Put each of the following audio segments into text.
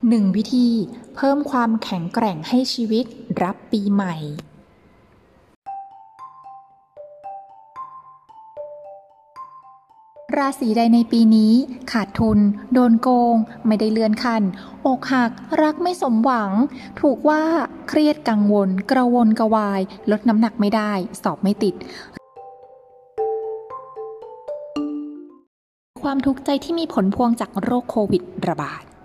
1 วิธีเพิ่มความแข็งแกร่งให้ชีวิตรับปีใหม่ราศีใดในปีนี้ขาดทุนโดนโกงไม่ได้เลื่อนขั้นอกหักรักไม่สมหวังถูกว่าเครียดกังวลกระวนกระวายลดน้ำหนักไม่ได้สอบไม่ติดความทุกข์ใจที่มีผลพวงจากโรคโควิดระบาด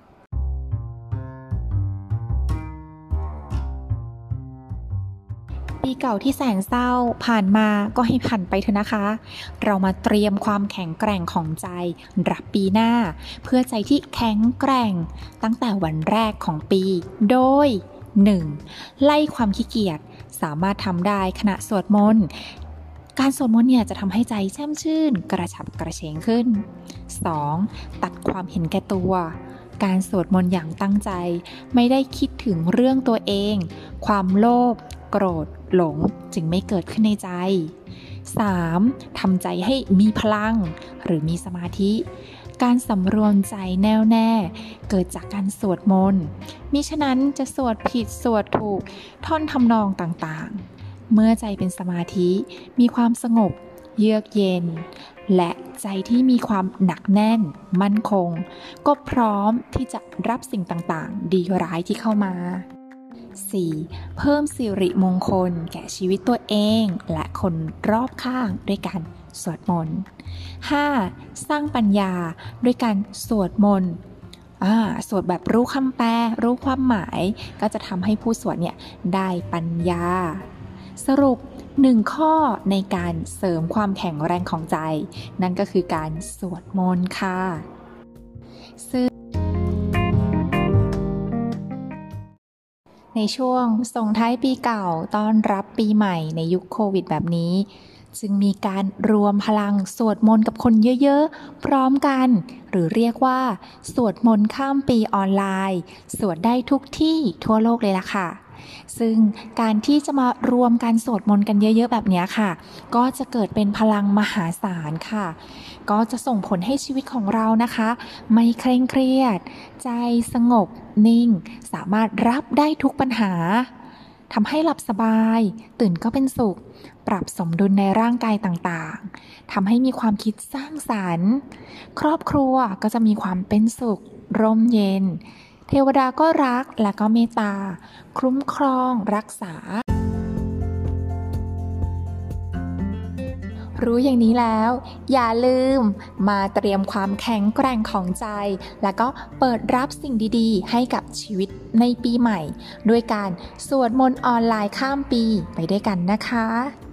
ปีเก่าที่แสนเศร้าผ่านมาก็ให้ผ่านไปเถอะนะคะเรามาเตรียมความแข็งแกร่งของใจรับปีหน้าเพื่อใจที่แข็งแกร่งตั้งแต่วันแรกของปีโดย 1. ไล่ความขี้เกียจสามารถทำได้ขณะสวดมนต์การสวดมนต์เนี่ยจะทำให้ใจแช่มชื่นกระฉับกระเฉงขึ้น 2. ตัดความเห็นแก่ตัวการสวดมนต์อย่างตั้งใจไม่ได้คิดถึงเรื่องตัวเองความโลภโกรธหลงจึงไม่เกิดขึ้นในใจ 3. ทำใจให้มีพลังหรือมีสมาธิการสำรวมใจแน่วแน่เกิดจากการสวดมนต์มิฉะนั้นจะสวดผิดสวดถูกท่อนทำนองต่างๆเมื่อใจเป็นสมาธิมีความสงบเยือกเย็นและใจที่มีความหนักแน่นมั่นคงก็พร้อมที่จะรับสิ่งต่างๆดีร้ายที่เข้ามา 4. เพิ่มสิริมงคลแก่ชีวิตตัวเองและคนรอบข้างด้วยการสวดมนต์ 5. สร้างปัญญาด้วยการสวดมนต์สวดแบบรู้คำแปลรู้ความหมายก็จะทำให้ผู้สวดเนี่ยได้ปัญญาสรุป1 ข้อในการเสริมความแข็งแรงของใจนั่นก็คือการสวดมนต์ค่ะในช่วงส่งท้ายปีเก่าต้อนรับปีใหม่ในยุคโควิดแบบนี้จึงมีการรวมพลังสวดมนต์กับคนเยอะๆพร้อมกันหรือเรียกว่าสวดมนต์ข้ามปีออนไลน์สวดได้ทุกที่ทั่วโลกเลยล่ะค่ะซึ่งการที่จะมารวมการสวดมนต์กันเยอะๆแบบนี้ค่ะก็จะเกิดเป็นพลังมหาศาลค่ะก็จะส่งผลให้ชีวิตของเรานะคะไม่เคร่งเครียดใจสงบนิ่งสามารถรับได้ทุกปัญหาทำให้หลับสบายตื่นก็เป็นสุขปรับสมดุลในร่างกายต่างๆทำให้มีความคิดสร้างสรรค์ครอบครัวก็จะมีความเป็นสุขร่มเย็นเทวดาก็รักและก็เมตตาคุ้มครองรักษารู้อย่างนี้แล้วอย่าลืมมาเตรียมความแข็งแกร่งของใจแล้วก็เปิดรับสิ่งดีๆให้กับชีวิตในปีใหม่ด้วยการสวดมนต์ออนไลน์ข้ามปีไปด้วยกันนะคะ